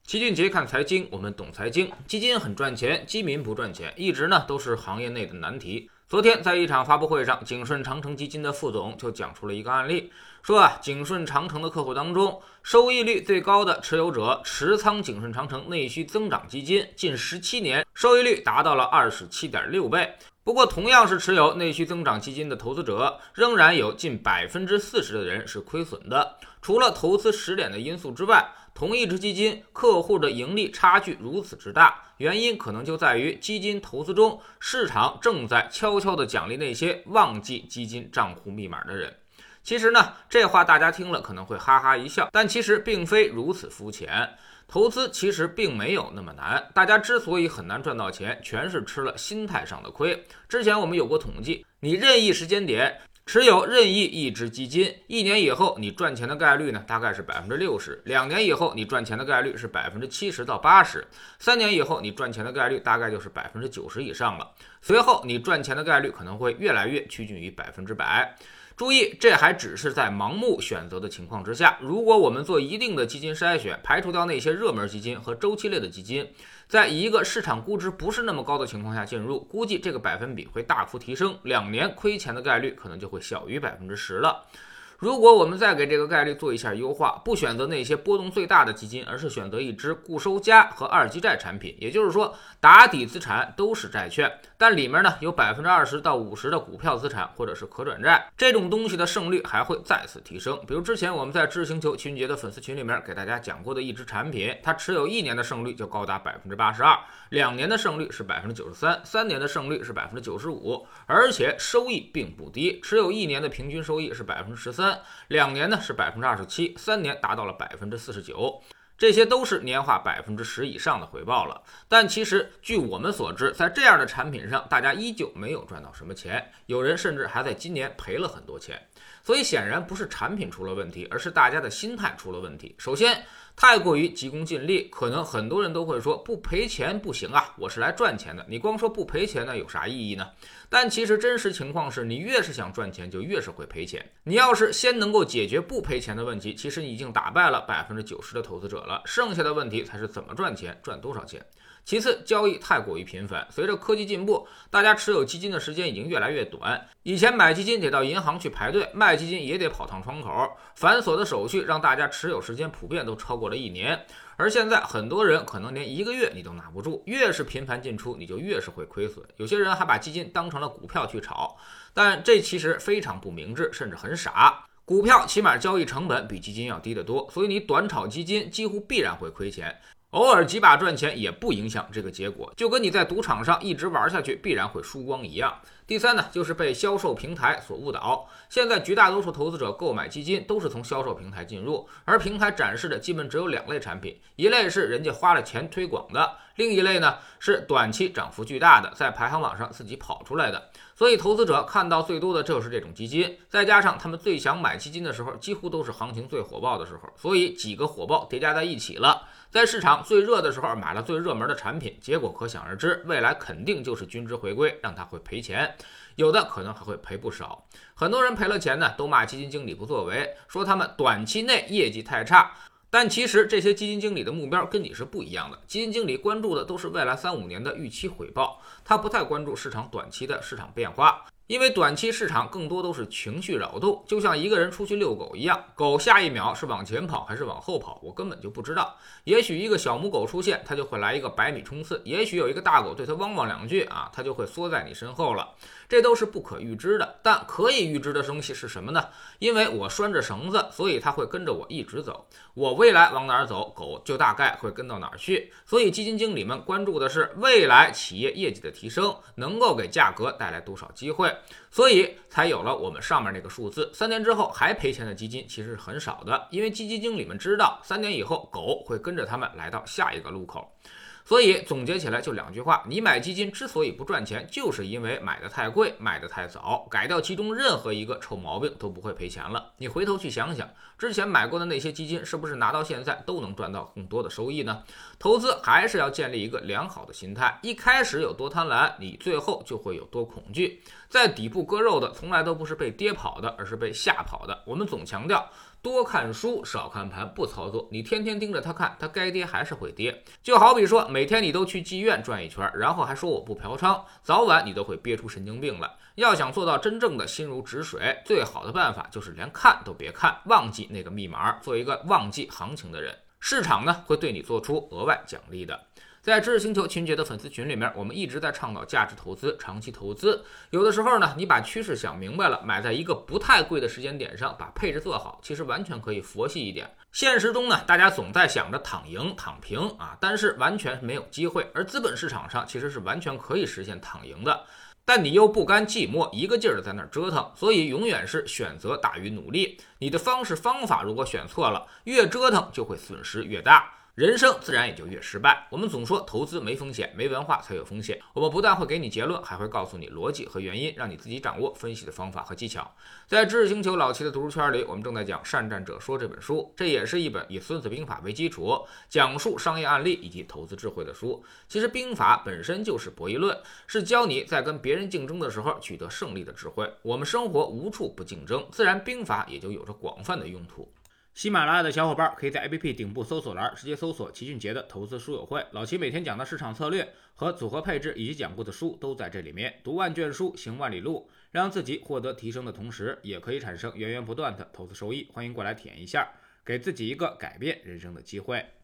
齐俊杰看财经，我们懂财经。基金很赚钱，基民不赚钱，一直呢都是行业内的难题。昨天在一场发布会上，景顺长城基金的副总就讲出了一个案例，说景顺长城的客户当中，收益率最高的持有者持仓景顺长城内需增长基金，近17年收益率达到了27.6倍。不过同样是持有内需增长基金的投资者，仍然有近40%的人是亏损的。除了投资时点的因素之外，同一只基金客户的盈利差距如此之大，原因可能就在于基金投资中，市场正在悄悄地奖励那些忘记基金账户密码的人。其实呢，这话大家听了可能会哈哈一笑，但其实并非如此肤浅。投资其实并没有那么难，大家之所以很难赚到钱，全是吃了心态上的亏。之前我们有过统计，你任意时间点持有任意一只基金，1年以后你赚钱的概率呢，大概是60%；2年以后你赚钱的概率是70%到80%；3年以后你赚钱的概率大概就是90%以上了。随后你赚钱的概率可能会越来越趋近于100%。注意，这还只是在盲目选择的情况之下。如果我们做一定的基金筛选，排除掉那些热门基金和周期类的基金，在一个市场估值不是那么高的情况下进入，估计这个百分比会大幅提升，2年亏钱的概率可能就会小于10%了。如果我们再给这个概率做一下优化，不选择那些波动最大的基金，而是选择一只固收加和二级债产品，也就是说打底资产都是债券，但里面呢有20%到50%的股票资产或者是可转债，这种东西的胜率还会再次提升。比如之前我们在知识星球齐俊杰的粉丝群里面给大家讲过的一只产品，它持有1年的胜率就高达82%，2年的胜率是93%，3年的胜率是95%，而且收益并不低，持有1年的平均收益是13%，2年呢是27%，3年达到了49%，这些都是年化10%以上的回报了。但其实据我们所知，在这样的产品上，大家依旧没有赚到什么钱，有人甚至还在今年赔了很多钱。所以显然不是产品出了问题，而是大家的心态出了问题。首先，太过于急功近利，可能很多人都会说不赔钱不行啊，我是来赚钱的，你光说不赔钱呢有啥意义呢？但其实真实情况是，你越是想赚钱就越是会赔钱。你要是先能够解决不赔钱的问题，其实你已经打败了90%的投资者了，剩下的问题才是怎么赚钱，赚多少钱。其次，交易太过于频繁，随着科技进步，大家持有基金的时间已经越来越短。以前买基金得到银行去排队，卖基金也得跑趟窗口，繁琐的手续让大家持有时间普遍都超过了1年。而现在很多人可能连1个月你都拿不住，越是频繁进出，你就越是会亏损。有些人还把基金当成了股票去炒，但这其实非常不明智，甚至很傻。股票起码交易成本比基金要低得多，所以你短炒基金几乎必然会亏钱。偶尔几把赚钱也不影响这个结果，就跟你在赌场上一直玩下去必然会输光一样。第三呢，就是被销售平台所误导。现在绝大多数投资者购买基金都是从销售平台进入，而平台展示的基本只有2类产品，一类是人家花了钱推广的，另一类呢是短期涨幅巨大的，在排行榜上自己跑出来的。所以投资者看到最多的就是这种基金，再加上他们最想买基金的时候几乎都是行情最火爆的时候，所以几个火爆叠加在一起了，在市场最热的时候买了最热门的产品，结果可想而知，未来肯定就是均值回归，让他会赔钱，有的可能还会赔不少。很多人赔了钱呢，都骂基金经理不作为，说他们短期内业绩太差。但其实这些基金经理的目标跟你是不一样的，基金经理关注的都是未来3-5年的预期回报，他不太关注市场短期的市场变化。因为短期市场更多都是情绪扰动，就像一个人出去遛狗一样，狗下一秒是往前跑还是往后跑，我根本就不知道。也许一个小母狗出现，它就会来一个100米冲刺，也许有一个大狗对它汪汪2句啊，它就会缩在你身后了。这都是不可预知的，但可以预知的东西是什么呢？因为我拴着绳子，所以它会跟着我一直走，我未来往哪儿走，狗就大概会跟到哪儿去。所以基金经理们关注的是未来企业业绩的提升，能够给价格带来多少机会，所以才有了我们上面那个数字。3年之后还赔钱的基金其实是很少的，因为基金经理们知道3年以后狗会跟着他们来到下一个路口。所以总结起来就2句话，你买基金之所以不赚钱，就是因为买的太贵，买的太早，改掉其中任何一个臭毛病都不会赔钱了。你回头去想想，之前买过的那些基金是不是拿到现在都能赚到更多的收益呢？投资还是要建立一个良好的心态，一开始有多贪婪，你最后就会有多恐惧。在底部割肉的从来都不是被跌跑的，而是被吓跑的。我们总强调多看书少看盘不操作，你天天盯着它看，它该跌还是会跌。就好比说每天你都去妓院转一圈，然后还说我不嫖娼，早晚你都会憋出神经病来。要想做到真正的心如止水，最好的办法就是连看都别看，忘记那个密码，做一个忘记行情的人。市场呢会对你做出额外奖励的。在知识星球秦杰的粉丝群里面，我们一直在倡导价值投资、长期投资。有的时候呢，你把趋势想明白了，买在一个不太贵的时间点上，把配置做好，其实完全可以佛系一点。现实中呢，大家总在想着躺赢、躺平啊，但是完全没有机会。而资本市场上其实是完全可以实现躺赢的。但你又不甘寂寞，一个劲儿的在那儿折腾，所以永远是选择大于努力。你的方式方法如果选错了，越折腾就会损失越大，人生自然也就越失败。我们总说投资没风险，没文化才有风险。我们不但会给你结论，还会告诉你逻辑和原因，让你自己掌握分析的方法和技巧。在知识星球老齐的读书圈里，我们正在讲《善战者说》这本书，这也是一本以孙子兵法为基础，讲述商业案例以及投资智慧的书。其实兵法本身就是博弈论，是教你在跟别人竞争的时候取得胜利的智慧。我们生活无处不竞争，自然兵法也就有着广泛的用途。喜马拉雅的小伙伴可以在 APP 顶部搜索栏直接搜索齐俊杰的投资书友会，老齐每天讲的市场策略和组合配置以及讲过的书都在这里面。读万卷书，行万里路，让自己获得提升的同时，也可以产生源源不断的投资收益。欢迎过来体验一下，给自己一个改变人生的机会。